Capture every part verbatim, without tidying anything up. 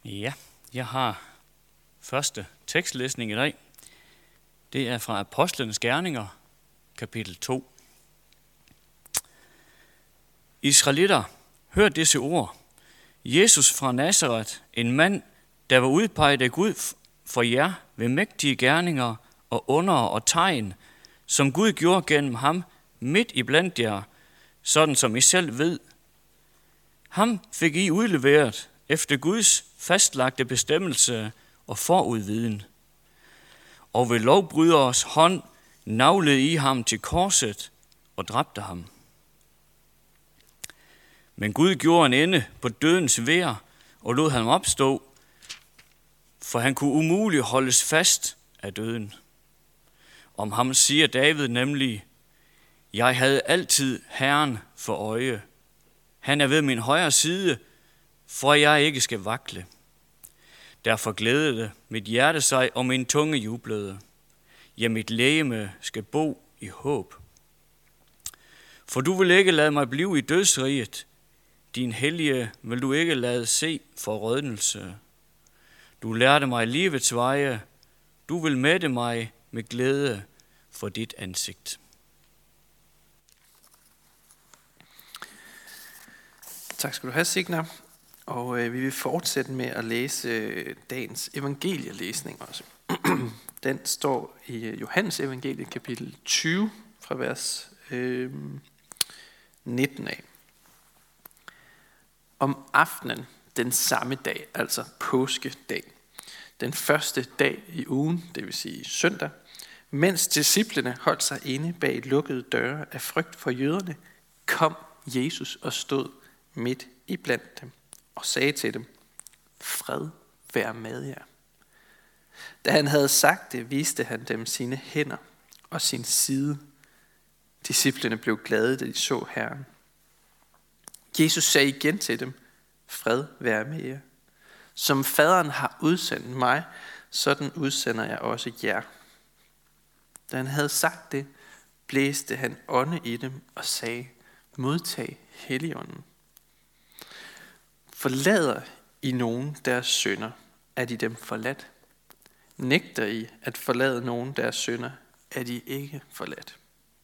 Ja, jeg har første tekstlæsning i dag. Det er fra Apostlenes Gerninger, kapitel to. Israelitter, hør disse ord. Jesus fra Nazaret, en mand, der var udpeget af Gud for jer ved mægtige gerninger og under og tegn, som Gud gjorde gennem ham midt i blandt jer, sådan som I selv ved. Ham fik I udleveret efter Guds fastlagte bestemmelse og forudviden. Og ved lovbryders hånd naglede I ham til korset og dræbte ham. Men Gud gjorde en ende på dødens vejr og lod ham opstå, for han kunne umuligt holdes fast af døden. Om ham siger David nemlig, jeg havde altid Herren for øje. Han er ved min højre side, for jeg ikke skal vakle. Derfor glædede mit hjerte sig, og min tunge jublede. Ja, mit legeme skal bo i håb. For du vil ikke lade mig blive i dødsriget. Din hellige vil du ikke lade se forrådnelse. Du lærte mig livets veje. Du vil mætte mig med glæde for dit ansigt. Tak skal du have, Signar. Og øh, vi vil fortsætte med at læse øh, dagens evangelielæsning også. Den står i øh, Johannes evangelie, kapitel tyve, fra vers øh, nitten af. Om aftenen den samme dag, altså påskedag, den første dag i ugen, det vil sige søndag, mens disciplene holdt sig inde bag lukkede døre af frygt for jøderne, kom Jesus og stod midt i blandt dem og sagde til dem, fred være med jer. Da han havde sagt det, viste han dem sine hænder og sin side. Disciplene blev glade, da de så Herren. Jesus sagde igen til dem, fred være med jer. Som faderen har udsendt mig, sådan udsender jeg også jer. Da han havde sagt det, blæste han ånde i dem og sagde, modtag Helligånden. Forlader I nogen deres synder, er de dem forladt. Nægter I at forlade nogen deres synder, er de ikke forladt.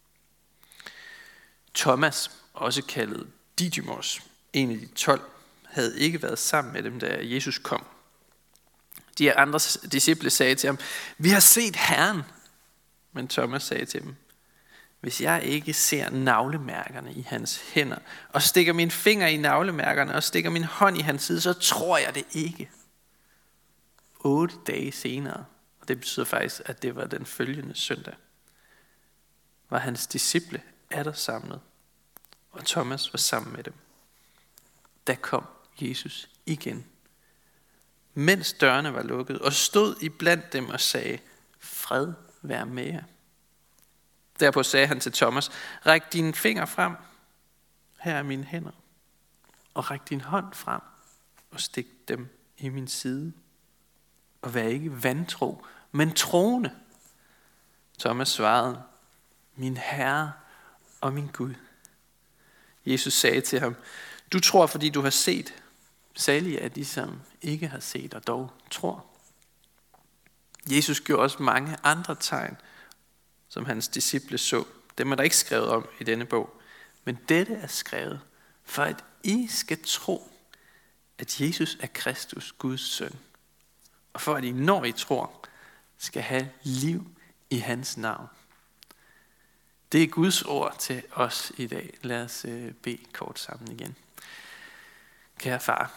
Thomas, også kaldet Didymos, en af de tolv, havde ikke været sammen med dem, da Jesus kom. De andre disciple sagde til ham, vi har set Herren. Men Thomas sagde til dem, hvis jeg ikke ser navlemærkerne i hans hænder, og stikker min finger i navlemærkerne, og stikker min hånd i hans side, så tror jeg det ikke. Otte dage senere, og det betyder faktisk, at det var den følgende søndag, var hans disciple atter samlet, og Thomas var sammen med dem. Da kom Jesus igen, mens dørene var lukket, og stod iblandt dem og sagde, fred være med jer. Derpå sagde han til Thomas, ræk dine fingre frem, her er mine hænder, og ræk din hånd frem, og stik dem i min side. Og vær ikke vantro, men troende. Thomas svarede, min Herre og min Gud. Jesus sagde til ham, du tror, fordi du har set. Salige er de, som ikke har set og dog tror. Jesus gjorde også mange andre tegn, som hans disciple så. Dem er der ikke skrevet om i denne bog. Men dette er skrevet, for at I skal tro, at Jesus er Kristus, Guds søn. Og for at I, når I tror, skal have liv i hans navn. Det er Guds ord til os i dag. Lad os bede kort sammen igen. Kære far,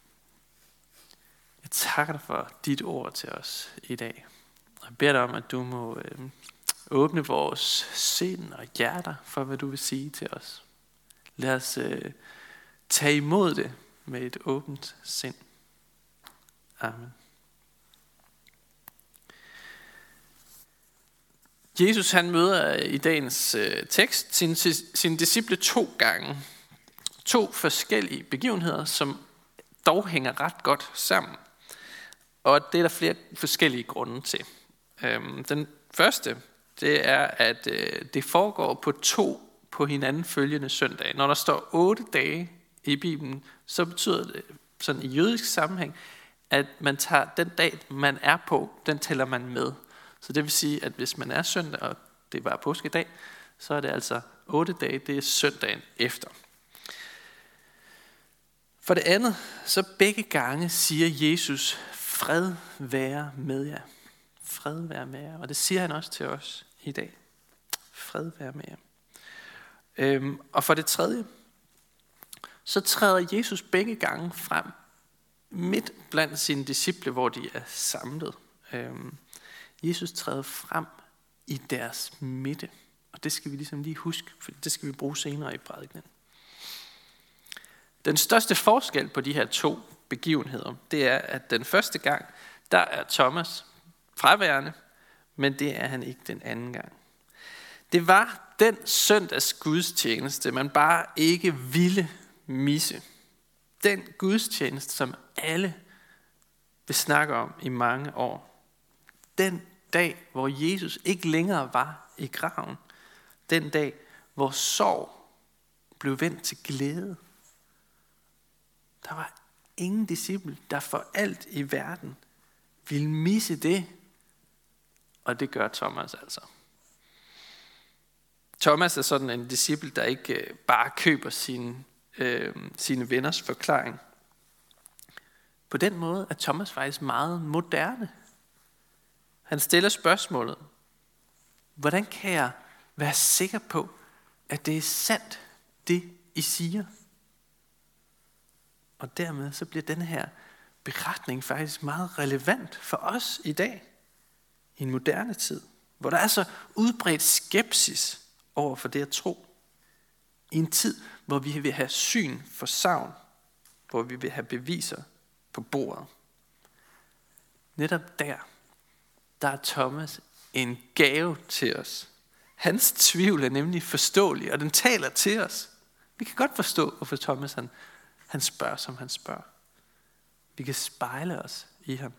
jeg takker dig for dit ord til os i dag. Jeg beder dig om, at du må øh, åbne vores sind og hjerter for, hvad du vil sige til os. Lad os øh, tage imod det med et åbent sind. Amen. Jesus han møder i dagens øh, tekst sine, sine disciple to gange. To forskellige begivenheder, som dog hænger ret godt sammen. Og det er der flere forskellige grunde til. Øhm, den første, det er, at øh, det foregår på to på hinanden følgende søndage. Når der står otte dage i Bibelen, så betyder det sådan i jødisk sammenhæng, at man tager den dag, man er på, den tæller man med. Så det vil sige, at hvis man er søndag, og det var påskedag, så er det altså otte dage, det er søndagen efter. For det andet, så begge gange siger Jesus, fred være med jer. Fred være med jer. Og det siger han også til os i dag. Fred være med jer. Øhm, og for det tredje, så træder Jesus begge gange frem midt blandt sine disciple, hvor de er samlet. Øhm, Jesus træder frem i deres midte. Og det skal vi ligesom lige huske, for det skal vi bruge senere i prædikenen. Den største forskel på de her to begivenheder, det er, at den første gang, der er Thomas fraværende, men det er han ikke den anden gang. Det var den søndags gudstjeneste, man bare ikke ville misse. Den gudstjeneste, som alle vil snakke om i mange år. Den dag, hvor Jesus ikke længere var i graven. Den dag, hvor sorg blev vendt til glæde. Der var ingen disciple, der for alt i verden ville misse det. Og det gør Thomas altså. Thomas er sådan en disciple, der ikke bare køber sine, øh, sine venners forklaring. På den måde er Thomas faktisk meget moderne. Han stiller spørgsmålet: hvordan kan jeg være sikker på, at det er sandt, det I siger? Og dermed så bliver denne her beretning faktisk meget relevant for os i dag, i en moderne tid, hvor der er så udbredt skepsis over for det at tro. I en tid, hvor vi vil have syn for sagn, hvor vi vil have beviser på bordet. Netop der, der er Thomas en gave til os. Hans tvivl er nemlig forståelig, og den taler til os. Vi kan godt forstå, hvorfor Thomas han, han spørger, som han spørger. Vi kan spejle os i ham.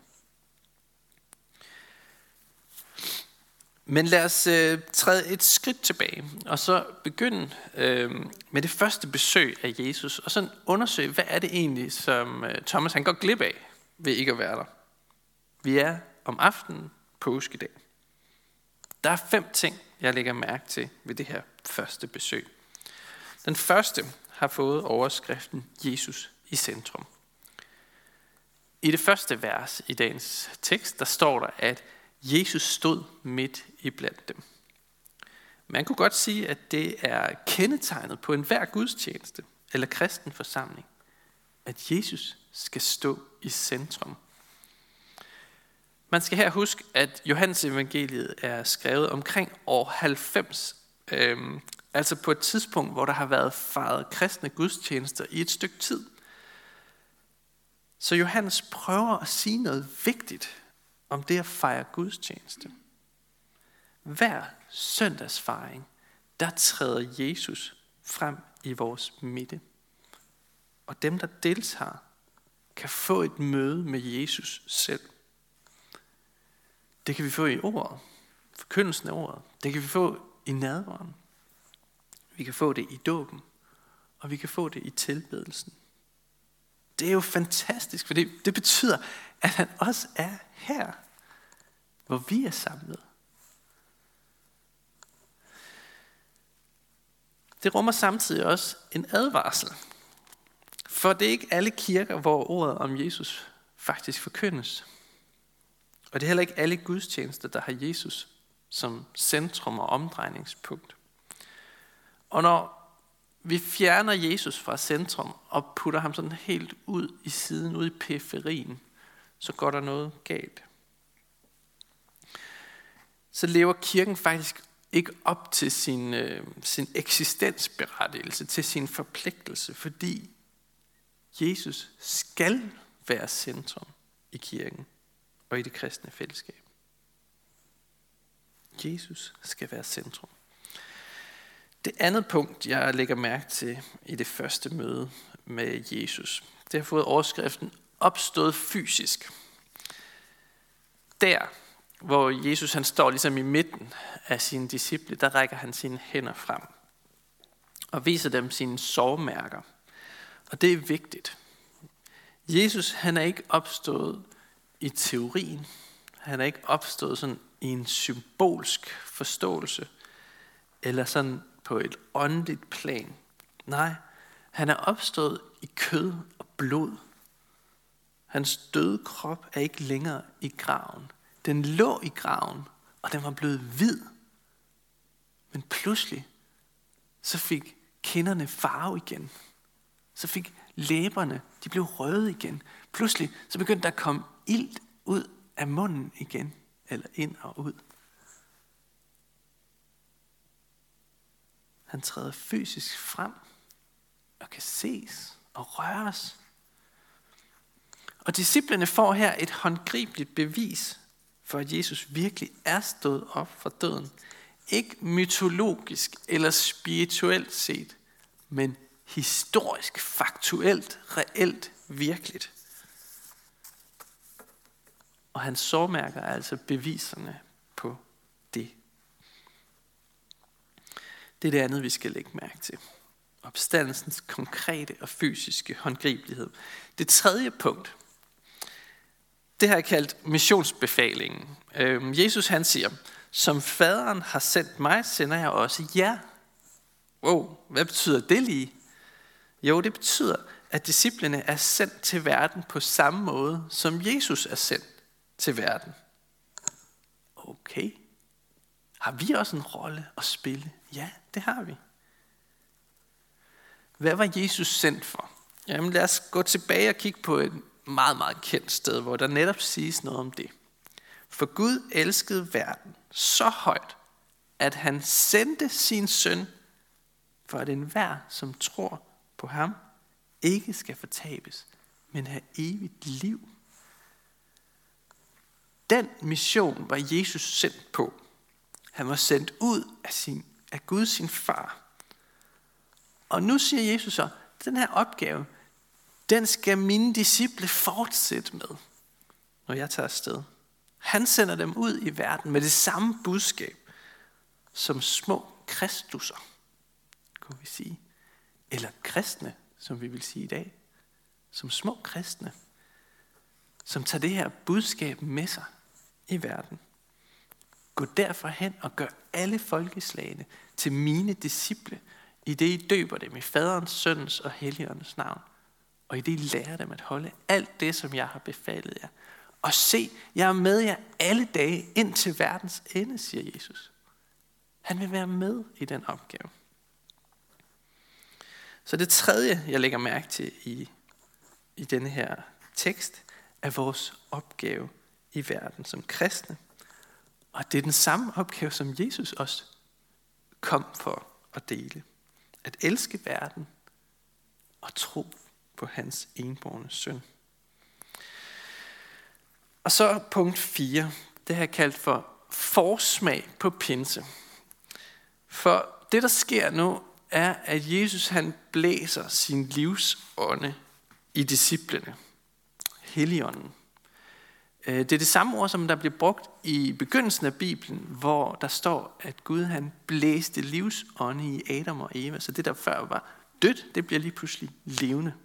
Men lad os øh, træde et skridt tilbage, og så begynde øh, med det første besøg af Jesus, og så undersøge, hvad er det egentlig, som øh, Thomas han går glip af ved ikke at være der. Vi er om aftenen påskedag. Der er fem ting, jeg lægger mærke til ved det her første besøg. Den første har fået overskriften Jesus i centrum. I det første vers i dagens tekst, der står der, at Jesus stod midt i blandt dem. Man kunne godt sige, at det er kendetegnet på enhver gudstjeneste eller kristen forsamling, at Jesus skal stå i centrum. Man skal her huske, at Johannes evangeliet er skrevet omkring år halvfems, øhm, altså på et tidspunkt, hvor der har været fejret kristne gudstjenester i et stykke tid. Så Johannes prøver at sige noget vigtigt om det at fejre gudstjeneste. Hver søndagsfejring, der træder Jesus frem i vores midte. Og dem, der deltager, kan få et møde med Jesus selv. Det kan vi få i ordet, forkyndelsen af ordet. Det kan vi få i nadveren. Vi kan få det i dåben, og vi kan få det i tilbedelsen. Det er jo fantastisk, for det, det betyder, at han også er her, hvor vi er samlet. Det rummer samtidig også en advarsel. For det er ikke alle kirker, hvor ordet om Jesus faktisk forkyndes. Og det er heller ikke alle gudstjenester, der har Jesus som centrum og omdrejningspunkt. Og når vi fjerner Jesus fra centrum og putter ham sådan helt ud i siden, ud i periferien, så går der noget galt. Så lever kirken faktisk ikke op til sin, øh, sin eksistensberettigelse, til sin forpligtelse, fordi Jesus skal være centrum i kirken og i det kristne fællesskab. Jesus skal være centrum. Det andet punkt, jeg lægger mærke til i det første møde med Jesus, det har fået overskriften opstået fysisk. Der, hvor Jesus han står ligesom i midten af sine disciple, der rækker han sine hænder frem og viser dem sine sårmærker. Og det er vigtigt. Jesus han er ikke opstået i teorien. Han er ikke opstået sådan i en symbolsk forståelse, eller sådan på et åndeligt plan. Nej, han er opstået i kød og blod. Hans døde krop er ikke længere i graven. Den lå i graven, og den var blevet hvid. Men pludselig, så fik kinderne farve igen. Så fik læberne, de blev røde igen. Pludselig, så begyndte der at komme ilt ud af munden igen. Eller ind og ud. Han træder fysisk frem og kan ses og røres. Og disciplene får her et håndgribeligt bevis for, at Jesus virkelig er stået op fra døden. Ikke mytologisk eller spirituelt set, men historisk, faktuelt, reelt, virkeligt. Og hans sårmærker er altså beviserne på det. Det er det andet, vi skal lægge mærke til. Opstandelsens konkrete og fysiske håndgribelighed. Det tredje punkt, det har jeg kaldt missionsbefalingen. Øhm, Jesus han siger, som faderen har sendt mig, sender jeg også jer. Wow, hvad betyder det lige? Jo, det betyder, at disciplene er sendt til verden på samme måde, som Jesus er sendt til verden. Okay. Har vi også en rolle at spille? Ja, det har vi. Hvad var Jesus sendt for? Jamen lad os gå tilbage og kigge på et meget, meget kendt sted, hvor der netop siges noget om det. For Gud elskede verden så højt, at han sendte sin søn, for at enhver, som tror på ham, ikke skal fortabes, men have evigt liv. Den mission var Jesus sendt på. Han var sendt ud af, sin, af Gud, sin far. Og nu siger Jesus så, at den her opgave, den skal mine disciple fortsætte med, når jeg tager afsted. Han sender dem ud i verden med det samme budskab, som små kristusser, kunne vi sige. Eller kristne, som vi vil sige i dag. Som små kristne, som tager det her budskab med sig i verden. Gå derfor hen og gør alle folkeslagene til mine disciple, i det I døber dem i faderens, søndens og helligåndens navn. Og i det I lærer dem at holde alt det, som jeg har befalet jer. Og se, jeg er med jer alle dage ind til verdens ende, siger Jesus. Han vil være med i den opgave. Så det tredje, jeg lægger mærke til i, i denne her tekst, er vores opgave i verden som kristne. Og det er den samme opgave, som Jesus også kom for at dele. At elske verden og tro på hans enbårne søn. Og så punkt fire. Det har jeg kaldt for forsmag på pinse. For det, der sker nu, er, at Jesus han blæser sin livsånde i disciplene. Helligånden. Det er det samme ord, som der bliver brugt i begyndelsen af Bibelen, hvor der står, at Gud han blæste livsånde i Adam og Eva. Så det, der før var dødt, det bliver lige pludselig levende.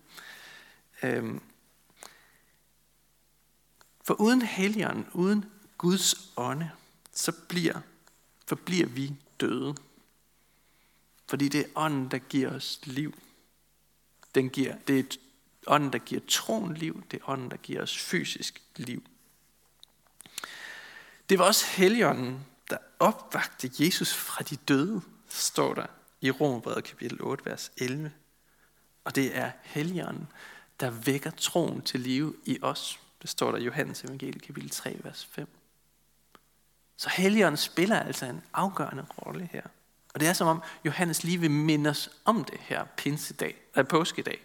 For uden Helligånden, uden Guds ånde, så bliver, forbliver vi døde. Fordi det er ånden, der giver os liv. Den giver, det er ånden, der giver troen liv. Det er ånden, der giver os fysisk liv. Det var også Helligånden, der opvagte Jesus fra de døde, står der i Romerbrevet kapitel otte, vers elleve. Og det er Helligånden, der vækker troen til live i os. Det står der i Johannes evangeliet kapitel tre, vers fem. Så Helligånden spiller altså en afgørende rolle her. Og det er som om Johannes lige vil minde os om det her pinsedag, eller påskedag.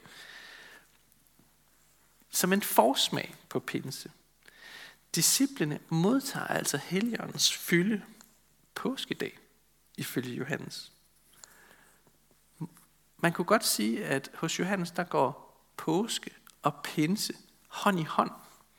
Som en forsmag på pinse. Disciplene modtager altså Helligåndens fylde påskedag, ifølge Johannes. Man kunne godt sige, at hos Johannes der går påske og pinse hånd i hånd.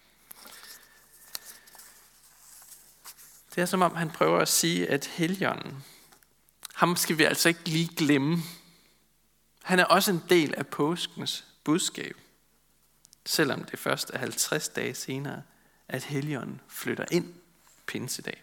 Det er som om han prøver at sige, at Helligånden, ham skal vi altså ikke lige glemme. Han er også en del af påskens budskab. Selvom det først er halvtreds dage senere, at Helligånden flytter ind pinsedag.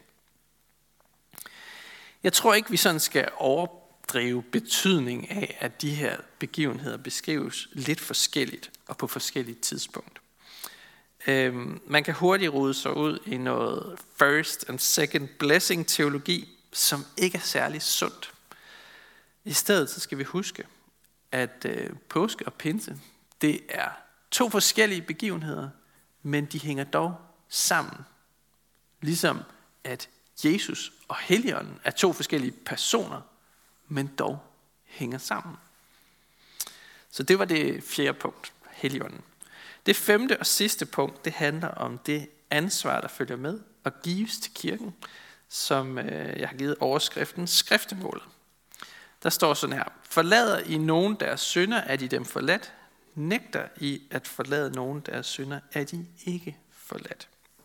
Jeg tror ikke, vi sådan skal overdrive betydning af, at de her begivenheder beskrives lidt forskelligt og på forskellige tidspunkt. Øhm, man kan hurtigt rode sig ud i noget first and second blessing teologi, som ikke er særlig sundt. I stedet så skal vi huske, at øh, påske og pinse, det er to forskellige begivenheder, men de hænger dog sammen. Ligesom at Jesus og Helligånden er to forskellige personer, men dog hænger sammen. Så det var det fjerde punkt, Helligånden. Det femte og sidste punkt, det handler om det ansvar, der følger med og gives til kirken, som øh, jeg har givet overskriften skriftemålet. Der står sådan her: forlader I nogen deres synder, er de dem forladt. Nægter I at forlade nogen deres synder, er de ikke forladt.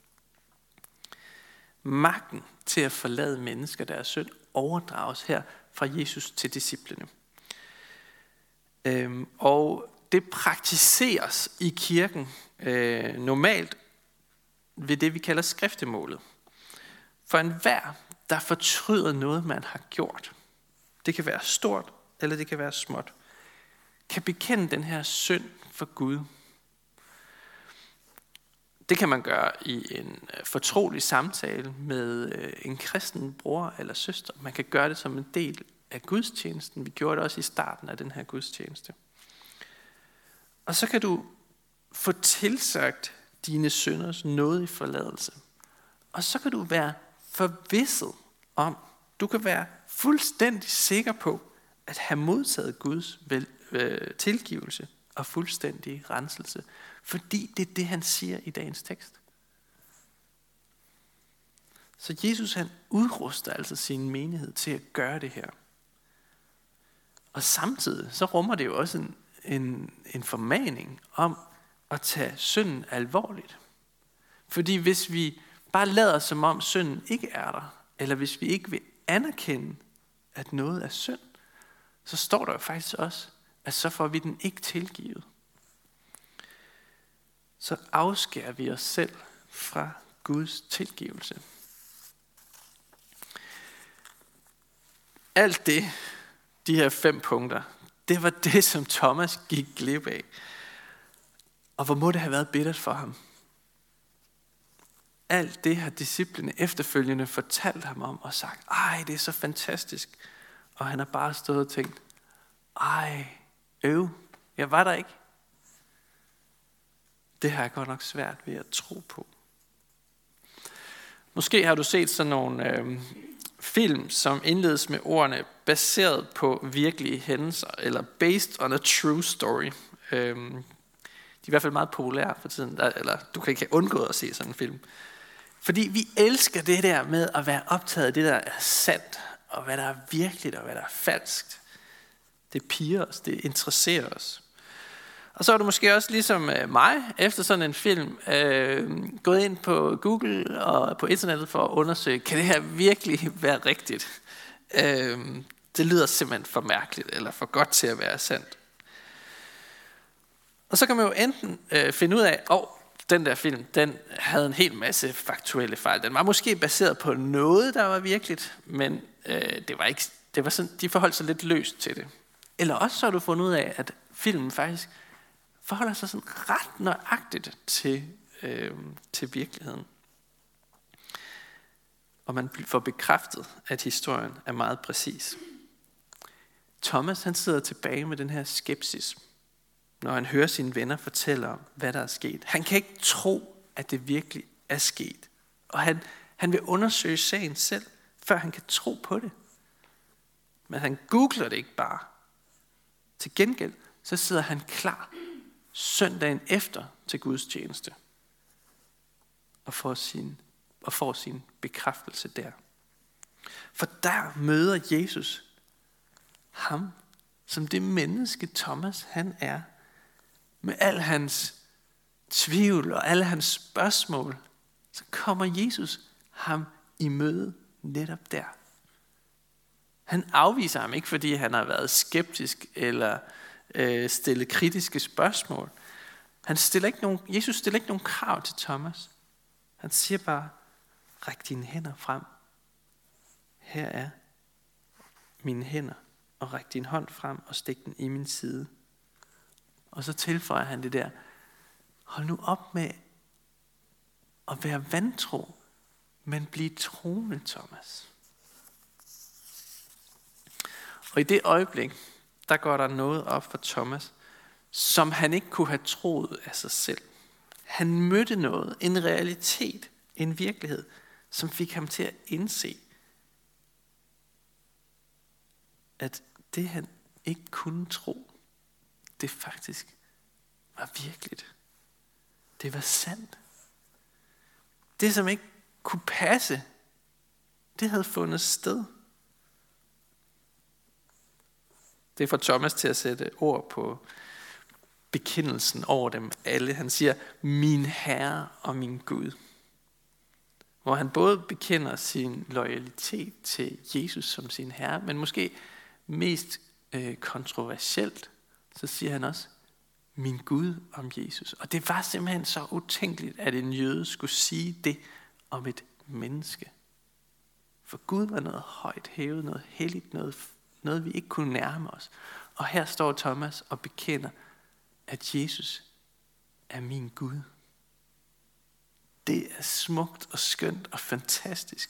Magten til at forlade mennesker deres synd overdrages her fra Jesus til disciplene. Øhm, og det praktiseres i kirken øh, normalt ved det, vi kalder skriftemålet. For enhver, der fortryder noget, man har gjort, det kan være stort, eller det kan være småt, kan bekende den her synd for Gud. Det kan man gøre i en fortrolig samtale med en kristen bror eller søster. Man kan gøre det som en del af gudstjenesten. Vi gjorde det også i starten af den her gudstjeneste. Og så kan du få tilsagt dine synders nådige forladelse. Og så kan du være forvisset om, du kan være fuldstændig sikker på, at have modtaget Guds vel, øh, tilgivelse og fuldstændig renselse. Fordi det er det, han siger i dagens tekst. Så Jesus, han udruster altså sin menighed til at gøre det her. Og samtidig så rummer det jo også en, en, en formaning om at tage synden alvorligt. Fordi hvis vi bare lader som om synden ikke er der, eller hvis vi ikke vil anerkende, at noget er synd, så står der jo faktisk også, at så får vi den ikke tilgivet. Så afskærer vi os selv fra Guds tilgivelse. Alt det, de her fem punkter, det var det, som Thomas gik glip af. Og hvor må det have været bittert for ham? Alt det har disciplene efterfølgende fortalt ham om og sagt, ej, det er så fantastisk. Og han har bare stået og tænkt, ej, øv, jeg var der ikke. Det har jeg godt nok svært ved at tro på. Måske har du set sådan nogle øh, film, som indledes med ordene baseret på virkelige hændelser, eller based on a true story. Øh, de er i hvert fald meget populære for tiden, eller du kan ikke undgå at se sådan en film. Fordi vi elsker det der med at være optaget af det, der er sandt, og hvad der er virkeligt, og hvad der er falskt. Det piger os, det interesserer os. Og så er du måske også ligesom mig, efter sådan en film, øh, gået ind på Google og på internettet for at undersøge, kan det her virkelig være rigtigt? Øh, det lyder simpelthen for mærkeligt, eller for godt til at være sandt. Og så kan man jo enten øh, finde ud af, åh, oh, den der film, den havde en hel masse faktuelle fejl. Den var måske baseret på noget, der var virkeligt, men øh, det var ikke, det var sådan, de forholdt sig lidt løst til det. Eller også så har du fundet ud af, at filmen faktisk forholder sig sådan ret nøjagtigt til, øh, til virkeligheden. Og man får bekræftet, at historien er meget præcis. Thomas, han sidder tilbage med den her skepsis, når han hører sine venner fortælle om, hvad der er sket. Han kan ikke tro, at det virkelig er sket. Og han, han vil undersøge sagen selv, før han kan tro på det. Men han googler det ikke bare. Til gengæld, så sidder han klar søndagen efter til Guds tjeneste. Og får sin, og får sin bekræftelse der. For der møder Jesus ham, som det menneske Thomas han er. Med al hans tvivl og alle hans spørgsmål, så kommer Jesus ham i møde netop der. Han afviser ham ikke, fordi han har været skeptisk eller øh, stillet kritiske spørgsmål. Han stiller ikke nogen, Jesus stiller ikke nogen krav til Thomas. Han siger bare, ræk dine hænder frem. Her er mine hænder, og ræk din hånd frem og stik den i min side. Og så tilføjer han det der, hold nu op med at være vantro, men bliv troende, Thomas. Og i det øjeblik, der går der noget op for Thomas, som han ikke kunne have troet af sig selv. Han mødte noget, en realitet, en virkelighed, som fik ham til at indse, at det han ikke kunne tro, det faktisk var virkeligt. Det var sandt. Det som ikke kunne passe, det havde fundet sted. Det får Thomas til at sætte ord på bekendelsen over dem alle. Han siger, min Herre og min Gud. Hvor han både bekender sin loyalitet til Jesus som sin Herre, men måske mest øh, kontroversielt, så siger han også, min Gud om Jesus. Og det var simpelthen så utænkeligt, at en jøde skulle sige det om et menneske. For Gud var noget højt hævet, noget helligt, noget, noget vi ikke kunne nærme os. Og her står Thomas og bekender, at Jesus er min Gud. Det er smukt og skønt og fantastisk.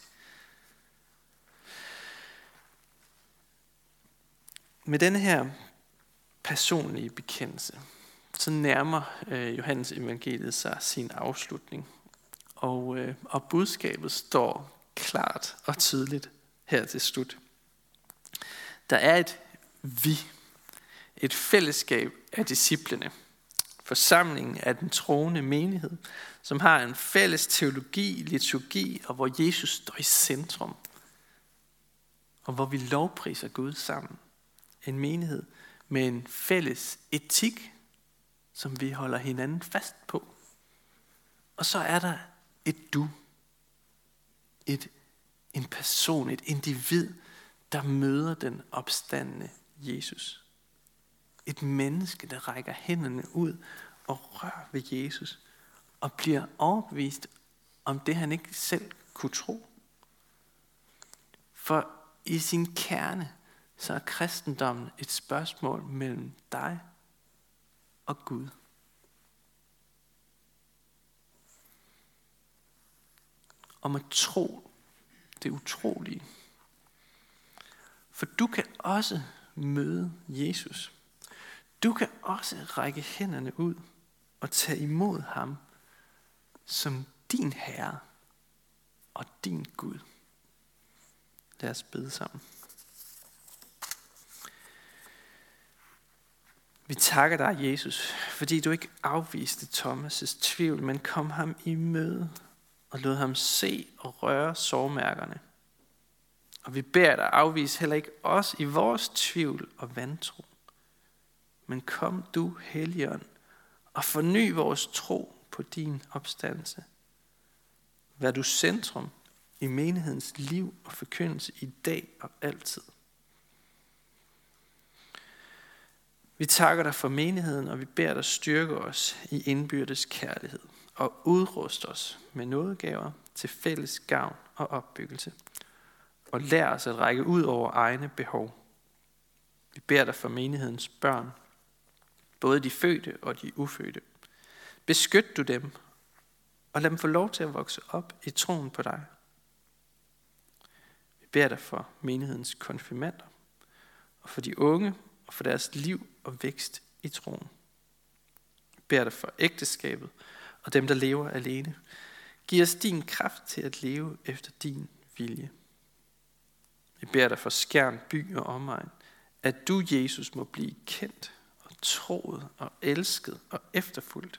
Med denne her personlige bekendelse, så nærmer øh, Johannes evangeliet sig sin afslutning. Og, øh, og budskabet står klart og tydeligt her til slut. Der er et vi, et fællesskab af disciplene, forsamlingen af den troende menighed, som har en fælles teologi, liturgi, og hvor Jesus står i centrum, og hvor vi lovpriser Gud sammen. En menighed med en fælles etik, som vi holder hinanden fast på. Og så er der et du, et, en person, et individ, der møder den opstandne Jesus. Et menneske, der rækker hænderne ud og rører ved Jesus, og bliver overbevist om det, han ikke selv kunne tro. For i sin kerne, så er kristendommen et spørgsmål mellem dig og Gud. Om at tro det utrolige. For du kan også møde Jesus. Du kan også række hænderne ud og tage imod ham som din Herre og din Gud. Lad os bede sammen. Vi takker dig, Jesus, fordi du ikke afviste Thomas' tvivl, men kom ham i møde og lod ham se og røre sårmærkerne. Og vi beder dig afvise heller ikke os i vores tvivl og vantro. Men kom du, Helligånd, og forny vores tro på din opstandelse. Vær du centrum i menighedens liv og forkyndelse i dag og altid. Vi takker dig for menigheden, og vi beder dig styrke os i indbyrdes kærlighed og udruste os med nådegaver til fælles gavn og opbyggelse. Og lær os at række ud over egne behov. Vi beder dig for menighedens børn, både de fødte og de ufødte. Beskyt du dem, og lad dem få lov til at vokse op i troen på dig. Vi beder dig for menighedens konfirmander, og for de unge, og for deres liv og vækst i troen. Vi beder dig for ægteskabet, og dem, der lever alene. Giv os din kraft til at leve efter din vilje. Vi beder dig for Skjern by og omegn, at du, Jesus, må blive kendt og troet og elsket og efterfulgt.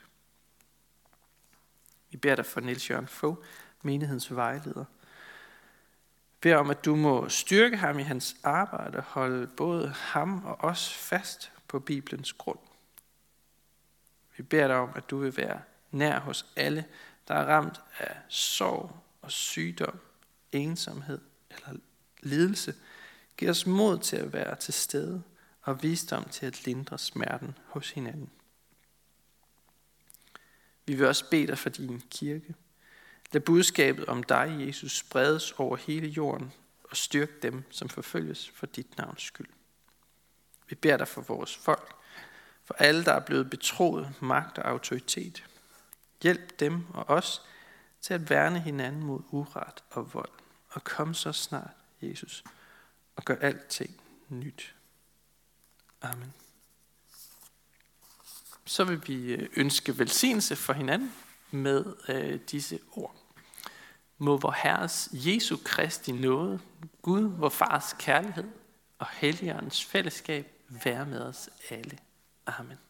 Vi beder dig for Niels Jørgen Fogh, menighedens vejleder. Vi beder om, at du må styrke ham i hans arbejde og holde både ham og os fast på Bibelens grund. Vi beder dig om, at du vil være nær hos alle, der er ramt af sorg og sygdom, ensomhed eller lidelse. Giv os mod til at være til stede og visdom til at lindre smerten hos hinanden. Vi vil også bede dig for din kirke. Lad budskabet om dig, Jesus, spredes over hele jorden og styrk dem, som forfølges for dit navns skyld. Vi beder dig for vores folk, for alle, der er blevet betroet magt og autoritet. Hjælp dem og os til at værne hinanden mod uret og vold. Og kom så snart, Jesus, og gør alting nyt. Amen. Så vil vi ønske velsignelse for hinanden med øh, disse ord. Må vor Herres Jesu Kristi nåde, Gud, vor Fars kærlighed og Helligåndens fællesskab være med os alle. Amen.